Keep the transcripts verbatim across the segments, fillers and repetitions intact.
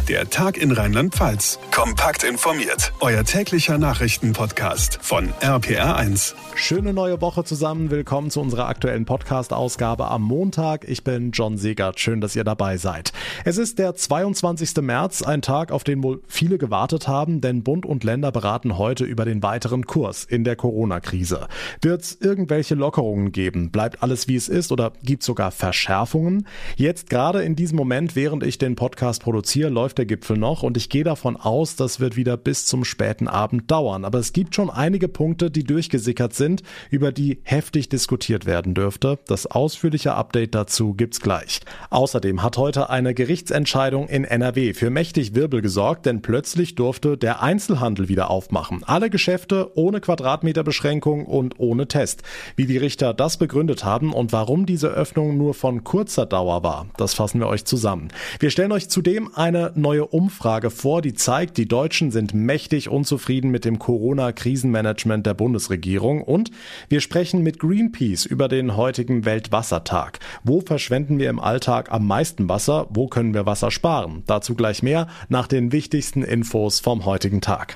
Der Tag in Rheinland-Pfalz. Kompakt informiert. Euer täglicher Nachrichtenpodcast von R P R eins. Schöne neue Woche zusammen. Willkommen zu unserer aktuellen Podcast-Ausgabe am Montag. Ich bin John Segert. Schön, dass ihr dabei seid. Es ist der zweiundzwanzigste März, ein Tag, auf den wohl viele gewartet haben, denn Bund und Länder beraten heute über den weiteren Kurs in der Corona-Krise. Wird es irgendwelche Lockerungen geben? Bleibt alles wie es ist oder gibt es sogar Verschärfungen? Jetzt gerade in diesem Moment, während ich den Podcast produziere, läuft der Gipfel noch und ich gehe davon aus, das wird wieder bis zum späten Abend dauern. Aber es gibt schon einige Punkte, die durchgesickert sind, über die heftig diskutiert werden dürfte. Das ausführliche Update dazu gibt's gleich. Außerdem hat heute eine Gerichtsentscheidung in N R W für mächtig Wirbel gesorgt, denn plötzlich durfte der Einzelhandel wieder aufmachen. Alle Geschäfte ohne Quadratmeterbeschränkung und ohne Test. Wie die Richter das begründet haben und warum diese Öffnung nur von kurzer Dauer war, das fassen wir euch zusammen. Wir stellen euch zudem eine neue Umfrage vor, die zeigt, die Deutschen sind mächtig unzufrieden mit dem Corona-Krisenmanagement der Bundesregierung und wir sprechen mit Greenpeace über den heutigen Weltwassertag. Wo verschwenden wir im Alltag am meisten Wasser? Wo können wir Wasser sparen? Dazu gleich mehr nach den wichtigsten Infos vom heutigen Tag.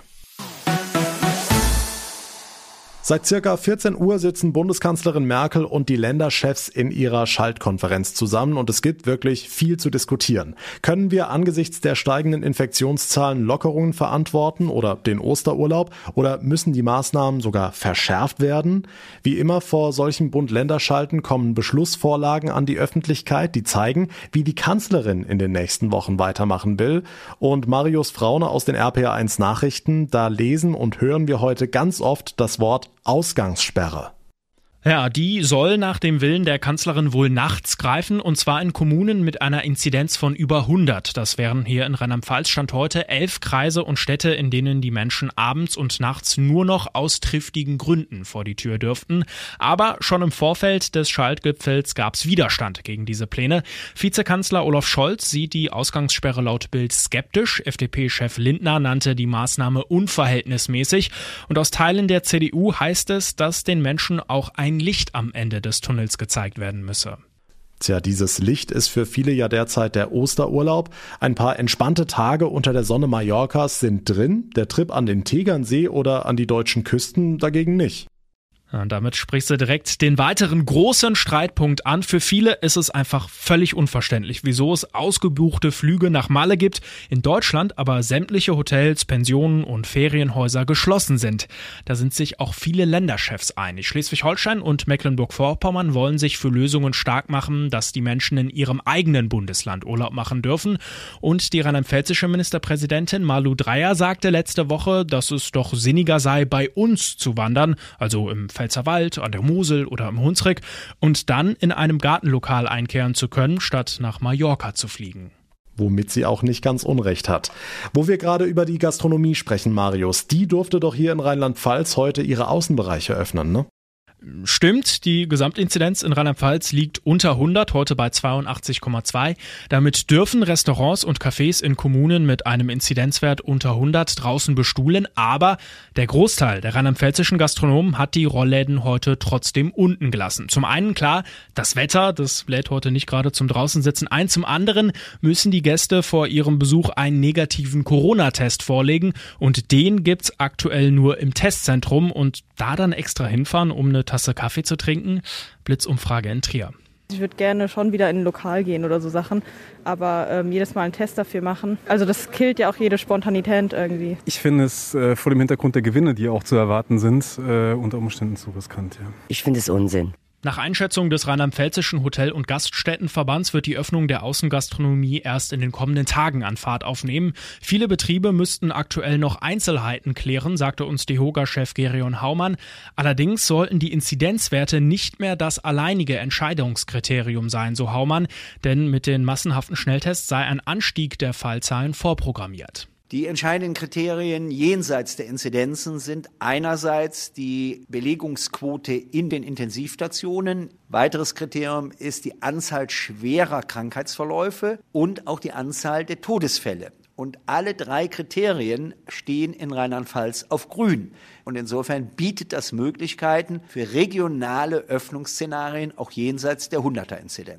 Seit circa vierzehn Uhr sitzen Bundeskanzlerin Merkel und die Länderchefs in ihrer Schaltkonferenz zusammen und es gibt wirklich viel zu diskutieren. Können wir angesichts der steigenden Infektionszahlen Lockerungen verantworten oder den Osterurlaub oder müssen die Maßnahmen sogar verschärft werden? Wie immer vor solchen Bund-Länder-Schalten kommen Beschlussvorlagen an die Öffentlichkeit, die zeigen, wie die Kanzlerin in den nächsten Wochen weitermachen will. Und Marius Fraune aus den R P R eins Nachrichten, da lesen und hören wir heute ganz oft das Wort Ausgangssperre. Ja, die soll nach dem Willen der Kanzlerin wohl nachts greifen und zwar in Kommunen mit einer Inzidenz von über hundert. Das wären hier in Rheinland-Pfalz Stand heute elf Kreise und Städte, in denen die Menschen abends und nachts nur noch aus triftigen Gründen vor die Tür dürften. Aber schon im Vorfeld des Schaltgipfels gab es Widerstand gegen diese Pläne. Vizekanzler Olaf Scholz sieht die Ausgangssperre laut Bild skeptisch. F D P-Chef Lindner nannte die Maßnahme unverhältnismäßig. Und aus Teilen der C D U heißt es, dass den Menschen auch ein Licht am Ende des Tunnels gezeigt werden müsse. Tja, dieses Licht ist für viele ja derzeit der Osterurlaub. Ein paar entspannte Tage unter der Sonne Mallorcas sind drin, der Trip an den Tegernsee oder an die deutschen Küsten dagegen nicht. Und damit sprichst du direkt den weiteren großen Streitpunkt an. Für viele ist es einfach völlig unverständlich, wieso es ausgebuchte Flüge nach Malle gibt, in Deutschland aber sämtliche Hotels, Pensionen und Ferienhäuser geschlossen sind. Da sind sich auch viele Länderchefs einig. Schleswig-Holstein und Mecklenburg-Vorpommern wollen sich für Lösungen stark machen, dass die Menschen in ihrem eigenen Bundesland Urlaub machen dürfen. Und die rheinland-pfälzische Ministerpräsidentin Malu Dreyer sagte letzte Woche, dass es doch sinniger sei, bei uns zu wandern, also im Pfälzerwald, an der Mosel oder im Hunsrück und dann in einem Gartenlokal einkehren zu können, statt nach Mallorca zu fliegen. Womit sie auch nicht ganz Unrecht hat. Wo wir gerade über die Gastronomie sprechen, Marius, die durfte doch hier in Rheinland-Pfalz heute ihre Außenbereiche öffnen, ne? Stimmt, die Gesamtinzidenz in Rheinland-Pfalz liegt unter hundert, heute bei zweiundachtzig Komma zwei. Damit dürfen Restaurants und Cafés in Kommunen mit einem Inzidenzwert unter hundert draußen bestuhlen, aber der Großteil der rheinland-pfälzischen Gastronomen hat die Rollläden heute trotzdem unten gelassen. Zum einen klar, das Wetter, das lädt heute nicht gerade zum Draußensitzen ein. Zum anderen müssen die Gäste vor ihrem Besuch einen negativen Corona-Test vorlegen und den gibt's aktuell nur im Testzentrum und da dann extra hinfahren, um eine Tasse Kaffee zu trinken? Blitzumfrage in Trier. Ich würde gerne schon wieder in ein Lokal gehen oder so Sachen, aber ähm, jedes Mal einen Test dafür machen. Also das killt ja auch jede Spontanität irgendwie. Ich finde es äh, vor dem Hintergrund der Gewinne, die auch zu erwarten sind, äh, unter Umständen zu riskant. Ja. Ich finde es Unsinn. Nach Einschätzung des Rheinland-Pfälzischen Hotel- und Gaststättenverbands wird die Öffnung der Außengastronomie erst in den kommenden Tagen an Fahrt aufnehmen. Viele Betriebe müssten aktuell noch Einzelheiten klären, sagte uns DEHOGA-Chef Gerion Haumann. Allerdings sollten die Inzidenzwerte nicht mehr das alleinige Entscheidungskriterium sein, so Haumann, denn mit den massenhaften Schnelltests sei ein Anstieg der Fallzahlen vorprogrammiert. Die entscheidenden Kriterien jenseits der Inzidenzen sind einerseits die Belegungsquote in den Intensivstationen. Weiteres Kriterium ist die Anzahl schwerer Krankheitsverläufe und auch die Anzahl der Todesfälle. Und alle drei Kriterien stehen in Rheinland-Pfalz auf Grün. Und insofern bietet das Möglichkeiten für regionale Öffnungsszenarien auch jenseits der hunderter-Inzidenz.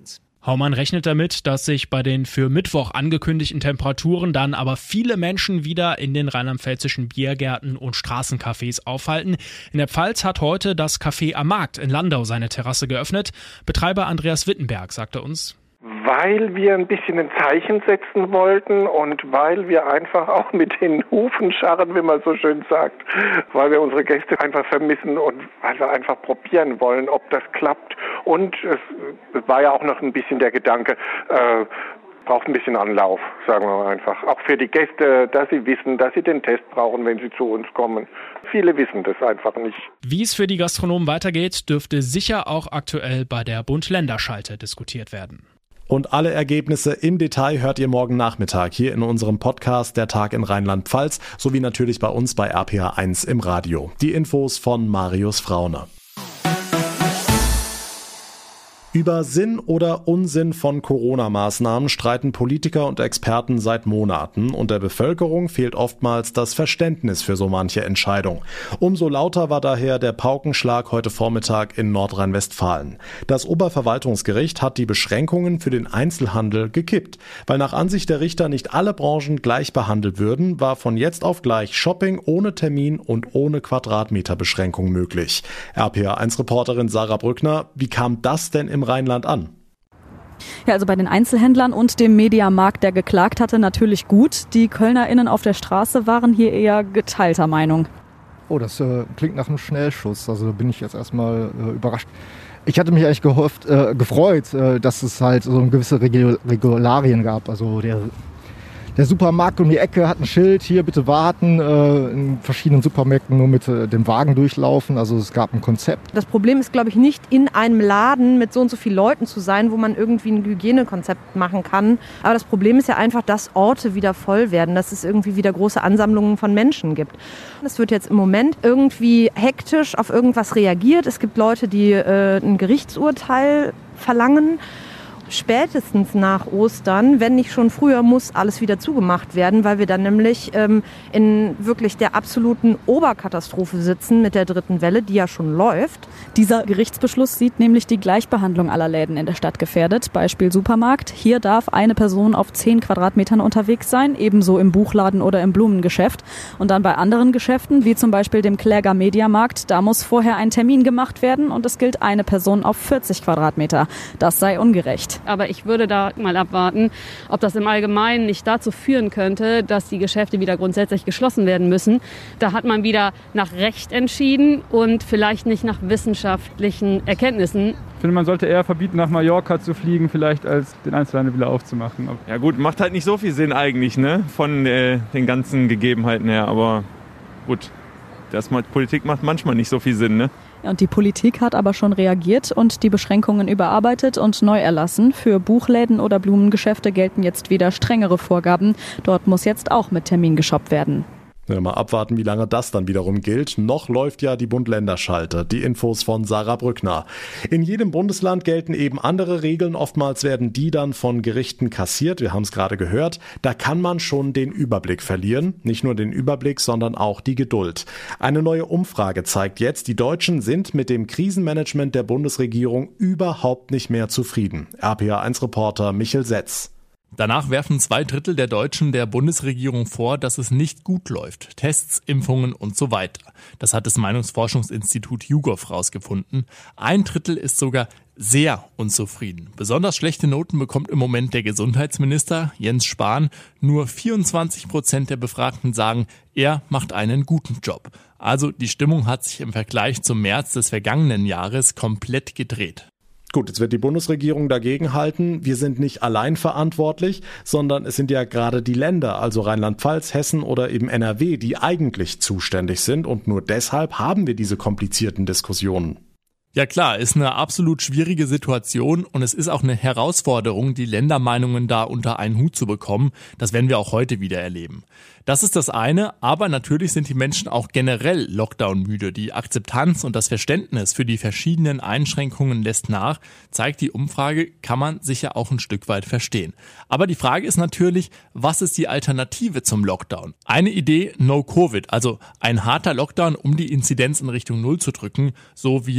Haumann rechnet damit, dass sich bei den für Mittwoch angekündigten Temperaturen dann aber viele Menschen wieder in den rheinland-pfälzischen Biergärten und Straßencafés aufhalten. In der Pfalz hat heute das Café am Markt in Landau seine Terrasse geöffnet. Betreiber Andreas Wittenberg sagte uns: Weil wir ein bisschen ein Zeichen setzen wollten und weil wir einfach auch mit den Hufen scharren, wie man so schön sagt, weil wir unsere Gäste einfach vermissen und weil wir einfach probieren wollen, ob das klappt. Und es, es war ja auch noch ein bisschen der Gedanke, äh, braucht ein bisschen Anlauf, sagen wir mal einfach. Auch für die Gäste, dass sie wissen, dass sie den Test brauchen, wenn sie zu uns kommen. Viele wissen das einfach nicht. Wie es für die Gastronomen weitergeht, dürfte sicher auch aktuell bei der Bund-Länder-Schalte diskutiert werden. Und alle Ergebnisse im Detail hört ihr morgen Nachmittag hier in unserem Podcast Der Tag in Rheinland-Pfalz sowie natürlich bei uns bei R P R eins im Radio. Die Infos von Marius Fraune. Über Sinn oder Unsinn von Corona-Maßnahmen streiten Politiker und Experten seit Monaten und der Bevölkerung fehlt oftmals das Verständnis für so manche Entscheidung. Umso lauter war daher der Paukenschlag heute Vormittag in Nordrhein-Westfalen. Das Oberverwaltungsgericht hat die Beschränkungen für den Einzelhandel gekippt. Weil nach Ansicht der Richter nicht alle Branchen gleich behandelt würden, war von jetzt auf gleich Shopping ohne Termin und ohne Quadratmeterbeschränkung möglich. R P R eins Reporterin Sarah Brückner, wie kam das denn im Rheinland an? Ja, also bei den Einzelhändlern und dem Mediamarkt, der geklagt hatte, natürlich gut. Die KölnerInnen auf der Straße waren hier eher geteilter Meinung. Oh, das äh, klingt nach einem Schnellschuss. Also da bin ich jetzt erstmal äh, überrascht. Ich hatte mich eigentlich gehofft, äh, gefreut, äh, dass es halt so gewisse Regul- Regularien gab. Also der Der Supermarkt um die Ecke hat ein Schild, hier bitte warten, äh, in verschiedenen Supermärkten nur mit äh, dem Wagen durchlaufen. Also es gab ein Konzept. Das Problem ist, glaube ich, nicht in einem Laden mit so und so vielen Leuten zu sein, wo man irgendwie ein Hygienekonzept machen kann. Aber das Problem ist ja einfach, dass Orte wieder voll werden, dass es irgendwie wieder große Ansammlungen von Menschen gibt. Es wird jetzt im Moment irgendwie hektisch auf irgendwas reagiert. Es gibt Leute, die äh, ein Gerichtsurteil verlangen. Spätestens nach Ostern, wenn nicht schon früher, muss alles wieder zugemacht werden, weil wir dann nämlich ähm, in wirklich der absoluten Oberkatastrophe sitzen mit der dritten Welle, die ja schon läuft. Dieser Gerichtsbeschluss sieht nämlich die Gleichbehandlung aller Läden in der Stadt gefährdet. Beispiel Supermarkt. Hier darf eine Person auf zehn Quadratmetern unterwegs sein, ebenso im Buchladen oder im Blumengeschäft. Und dann bei anderen Geschäften, wie zum Beispiel dem Kläger Mediamarkt, da muss vorher ein Termin gemacht werden und es gilt eine Person auf vierzig Quadratmeter. Das sei ungerecht. Aber ich würde da mal abwarten, ob das im Allgemeinen nicht dazu führen könnte, dass die Geschäfte wieder grundsätzlich geschlossen werden müssen. Da hat man wieder nach Recht entschieden und vielleicht nicht nach wissenschaftlichen Erkenntnissen. Ich finde, man sollte eher verbieten, nach Mallorca zu fliegen, vielleicht als den Einzelhandel wieder aufzumachen. Ja gut, macht halt nicht so viel Sinn eigentlich, ne, von äh, den ganzen Gegebenheiten her. Aber gut, das mal, Politik macht manchmal nicht so viel Sinn, ne? Und die Politik hat aber schon reagiert und die Beschränkungen überarbeitet und neu erlassen. Für Buchläden oder Blumengeschäfte gelten jetzt wieder strengere Vorgaben. Dort muss jetzt auch mit Termin geshoppt werden. Ja, mal abwarten, wie lange das dann wiederum gilt. Noch läuft ja die Bund-Länder-Schalte. Die Infos von Sarah Brückner. In jedem Bundesland gelten eben andere Regeln. Oftmals werden die dann von Gerichten kassiert. Wir haben es gerade gehört. Da kann man schon den Überblick verlieren. Nicht nur den Überblick, sondern auch die Geduld. Eine neue Umfrage zeigt jetzt, die Deutschen sind mit dem Krisenmanagement der Bundesregierung überhaupt nicht mehr zufrieden. R P R eins Reporter Michel Setz. Danach werfen zwei Drittel der Deutschen der Bundesregierung vor, dass es nicht gut läuft. Tests, Impfungen und so weiter. Das hat das Meinungsforschungsinstitut YouGov rausgefunden. Ein Drittel ist sogar sehr unzufrieden. Besonders schlechte Noten bekommt im Moment der Gesundheitsminister Jens Spahn. Nur vierundzwanzig Prozent der Befragten sagen, er macht einen guten Job. Also die Stimmung hat sich im Vergleich zum März des vergangenen Jahres komplett gedreht. Gut, jetzt wird die Bundesregierung dagegen halten. Wir sind nicht allein verantwortlich, sondern es sind ja gerade die Länder, also Rheinland-Pfalz, Hessen oder eben N R W, die eigentlich zuständig sind. Und nur deshalb haben wir diese komplizierten Diskussionen. Ja klar, ist eine absolut schwierige Situation und es ist auch eine Herausforderung, die Ländermeinungen da unter einen Hut zu bekommen. Das werden wir auch heute wieder erleben. Das ist das eine, aber natürlich sind die Menschen auch generell Lockdown-müde. Die Akzeptanz und das Verständnis für die verschiedenen Einschränkungen lässt nach, zeigt die Umfrage, kann man sicher auch ein Stück weit verstehen. Aber die Frage ist natürlich, was ist die Alternative zum Lockdown? Eine Idee, No-Covid, also ein harter Lockdown, um die Inzidenz in Richtung Null zu drücken, so wie es in Neuseeland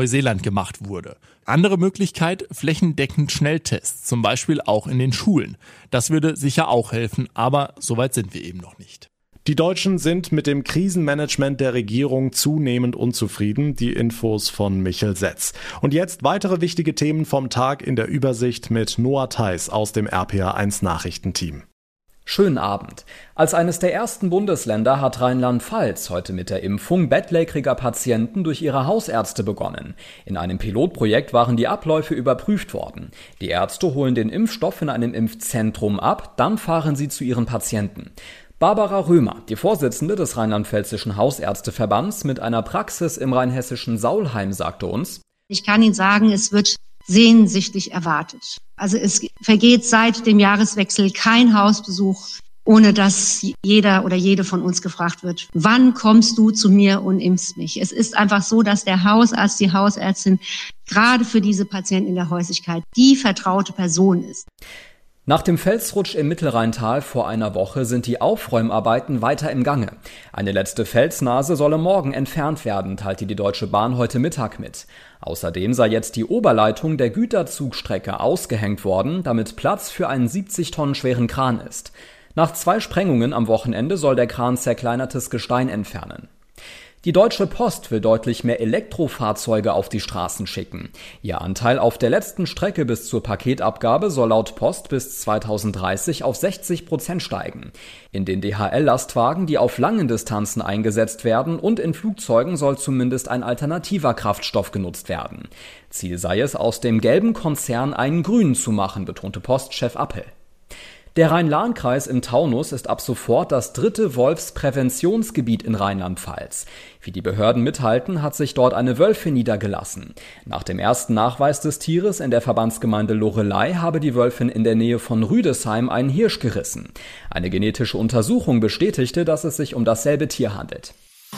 Neuseeland gemacht wurde. Andere Möglichkeit, flächendeckend Schnelltests, zum Beispiel auch in den Schulen. Das würde sicher auch helfen, aber so weit sind wir eben noch nicht. Die Deutschen sind mit dem Krisenmanagement der Regierung zunehmend unzufrieden. Die Infos von Michel Setz. Und jetzt weitere wichtige Themen vom Tag in der Übersicht mit Noah Theis aus dem R P R eins Nachrichtenteam. Schönen Abend. Als eines der ersten Bundesländer hat Rheinland-Pfalz heute mit der Impfung bettlägeriger Patienten durch ihre Hausärzte begonnen. In einem Pilotprojekt waren die Abläufe überprüft worden. Die Ärzte holen den Impfstoff in einem Impfzentrum ab, dann fahren sie zu ihren Patienten. Barbara Römer, die Vorsitzende des Rheinland-Pfälzischen Hausärzteverbands mit einer Praxis im rheinhessischen Saulheim, sagte uns: Ich kann Ihnen sagen, es wird sehnsüchtig erwartet. Also es vergeht seit dem Jahreswechsel kein Hausbesuch, ohne dass jeder oder jede von uns gefragt wird, wann kommst du zu mir und impfst mich? Es ist einfach so, dass der Hausarzt, die Hausärztin gerade für diese Patienten in der Häuslichkeit die vertraute Person ist. Nach dem Felsrutsch im Mittelrheintal vor einer Woche sind die Aufräumarbeiten weiter im Gange. Eine letzte Felsnase solle morgen entfernt werden, teilte die Deutsche Bahn heute Mittag mit. Außerdem sei jetzt die Oberleitung der Güterzugstrecke ausgehängt worden, damit Platz für einen siebzig Tonnen schweren Kran ist. Nach zwei Sprengungen am Wochenende soll der Kran zerkleinertes Gestein entfernen. Die Deutsche Post will deutlich mehr Elektrofahrzeuge auf die Straßen schicken. Ihr Anteil auf der letzten Strecke bis zur Paketabgabe soll laut Post bis zweitausenddreißig auf sechzig Prozent steigen. In den D H L-Lastwagen, die auf langen Distanzen eingesetzt werden, und in Flugzeugen soll zumindest ein alternativer Kraftstoff genutzt werden. Ziel sei es, aus dem gelben Konzern einen grünen zu machen, betonte Postchef Appel. Der Rhein-Lahn-Kreis im Taunus ist ab sofort das dritte Wolfspräventionsgebiet in Rheinland-Pfalz. Wie die Behörden mithalten, hat sich dort eine Wölfin niedergelassen. Nach dem ersten Nachweis des Tieres in der Verbandsgemeinde Loreley habe die Wölfin in der Nähe von Rüdesheim einen Hirsch gerissen. Eine genetische Untersuchung bestätigte, dass es sich um dasselbe Tier handelt.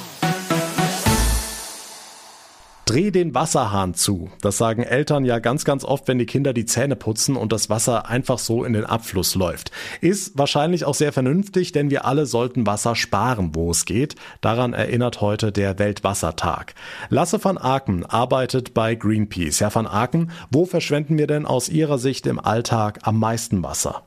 Dreh den Wasserhahn zu. Das sagen Eltern ja ganz, ganz oft, wenn die Kinder die Zähne putzen und das Wasser einfach so in den Abfluss läuft. Ist wahrscheinlich auch sehr vernünftig, denn wir alle sollten Wasser sparen, wo es geht. Daran erinnert heute der Weltwassertag. Lasse van Aken arbeitet bei Greenpeace. Herr van Aken, wo verschwenden wir denn aus Ihrer Sicht im Alltag am meisten Wasser?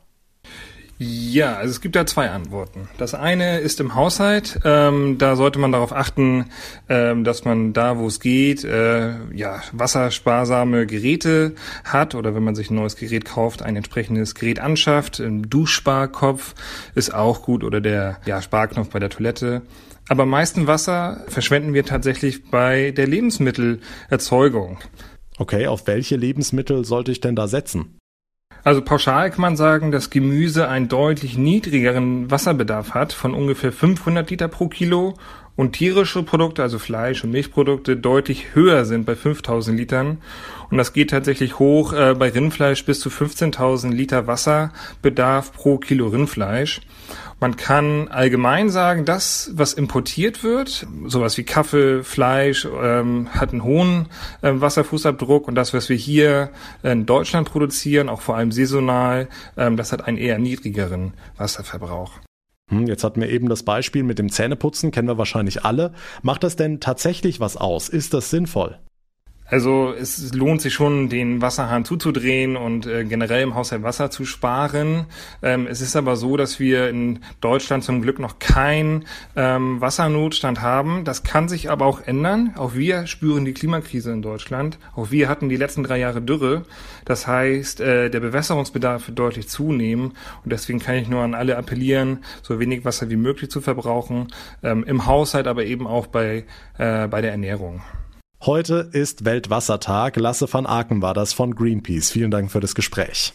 Ja, also es gibt da zwei Antworten. Das eine ist im Haushalt. Ähm, da sollte man darauf achten, ähm, dass man da, wo es geht, äh, ja, wassersparsame Geräte hat, oder wenn man sich ein neues Gerät kauft, ein entsprechendes Gerät anschafft. Ein Duschsparkopf ist auch gut, oder der ja, Sparknopf bei der Toilette. Aber am meisten Wasser verschwenden wir tatsächlich bei der Lebensmittelerzeugung. Okay, auf welche Lebensmittel sollte ich denn da setzen? Also pauschal kann man sagen, dass Gemüse einen deutlich niedrigeren Wasserbedarf hat, von ungefähr fünfhundert Liter pro Kilo, und tierische Produkte, also Fleisch- und Milchprodukte, deutlich höher sind bei fünftausend Litern. Und das geht tatsächlich hoch äh, bei Rindfleisch bis zu fünfzehntausend Liter Wasserbedarf pro Kilo Rindfleisch. Man kann allgemein sagen, das, was importiert wird, sowas wie Kaffee, Fleisch, ähm, hat einen hohen äh, Wasserfußabdruck, und das, was wir hier in Deutschland produzieren, auch vor allem saisonal, ähm, das hat einen eher niedrigeren Wasserverbrauch. Jetzt hatten wir eben das Beispiel mit dem Zähneputzen, kennen wir wahrscheinlich alle. Macht das denn tatsächlich was aus? Ist das sinnvoll? Also es lohnt sich schon, den Wasserhahn zuzudrehen und äh, generell im Haushalt Wasser zu sparen. Ähm, es ist aber so, dass wir in Deutschland zum Glück noch keinen ähm, Wassernotstand haben. Das kann sich aber auch ändern. Auch wir spüren die Klimakrise in Deutschland. Auch wir hatten die letzten drei Jahre Dürre. Das heißt, äh, der Bewässerungsbedarf wird deutlich zunehmen. Und deswegen kann ich nur an alle appellieren, so wenig Wasser wie möglich zu verbrauchen. Ähm, im Haushalt, aber eben auch bei, äh, bei der Ernährung. Heute ist Weltwassertag. Lasse van Aken war das von Greenpeace. Vielen Dank für das Gespräch.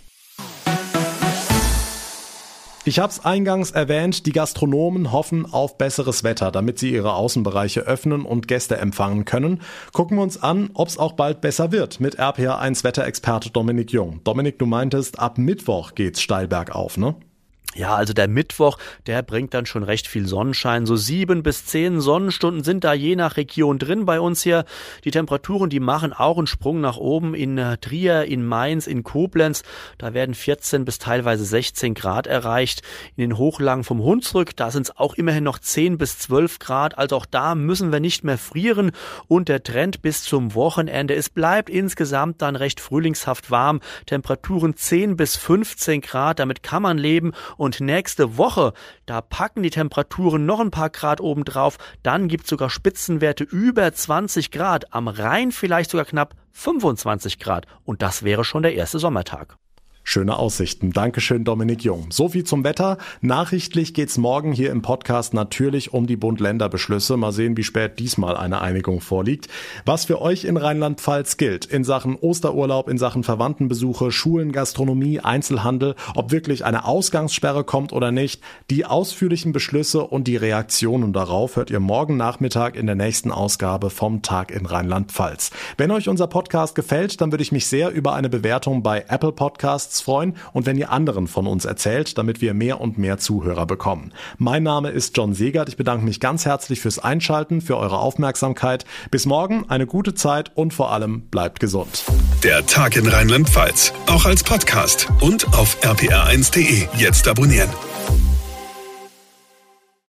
Ich habe es eingangs erwähnt, die Gastronomen hoffen auf besseres Wetter, damit sie ihre Außenbereiche öffnen und Gäste empfangen können. Gucken wir uns an, ob es auch bald besser wird, mit R P R eins Wetterexperte Dominik Jung. Dominik, du meintest, ab Mittwoch geht's steil bergauf, ne? Ja, also der Mittwoch, der bringt dann schon recht viel Sonnenschein. So sieben bis zehn Sonnenstunden sind da je nach Region drin bei uns hier. Die Temperaturen, die machen auch einen Sprung nach oben in Trier, in Mainz, in Koblenz. Da werden vierzehn bis teilweise sechzehn Grad erreicht. In den Hochlagen vom Hunsrück, da sind es auch immerhin noch zehn bis zwölf Grad. Also auch da müssen wir nicht mehr frieren. Und der Trend bis zum Wochenende, es bleibt insgesamt dann recht frühlingshaft warm. Temperaturen zehn bis fünfzehn Grad, damit kann man leben. Und nächste Woche, da packen die Temperaturen noch ein paar Grad oben drauf. Dann gibt es sogar Spitzenwerte über zwanzig Grad. Am Rhein vielleicht sogar knapp fünfundzwanzig Grad. Und das wäre schon der erste Sommertag. Schöne Aussichten. Dankeschön, Dominik Jung. So viel zum Wetter. Nachrichtlich geht's morgen hier im Podcast natürlich um die Bund-Länder-Beschlüsse. Mal sehen, wie spät diesmal eine Einigung vorliegt. Was für euch in Rheinland-Pfalz gilt in Sachen Osterurlaub, in Sachen Verwandtenbesuche, Schulen, Gastronomie, Einzelhandel, ob wirklich eine Ausgangssperre kommt oder nicht, die ausführlichen Beschlüsse und die Reaktionen darauf hört ihr morgen Nachmittag in der nächsten Ausgabe vom Tag in Rheinland-Pfalz. Wenn euch unser Podcast gefällt, dann würde ich mich sehr über eine Bewertung bei Apple Podcasts freuen und wenn ihr anderen von uns erzählt, damit wir mehr und mehr Zuhörer bekommen. Mein Name ist John Segert. Ich bedanke mich ganz herzlich fürs Einschalten, für eure Aufmerksamkeit. Bis morgen, eine gute Zeit und vor allem bleibt gesund. Der Tag in Rheinland-Pfalz, auch als Podcast und auf r p r eins punkt d e. Jetzt abonnieren.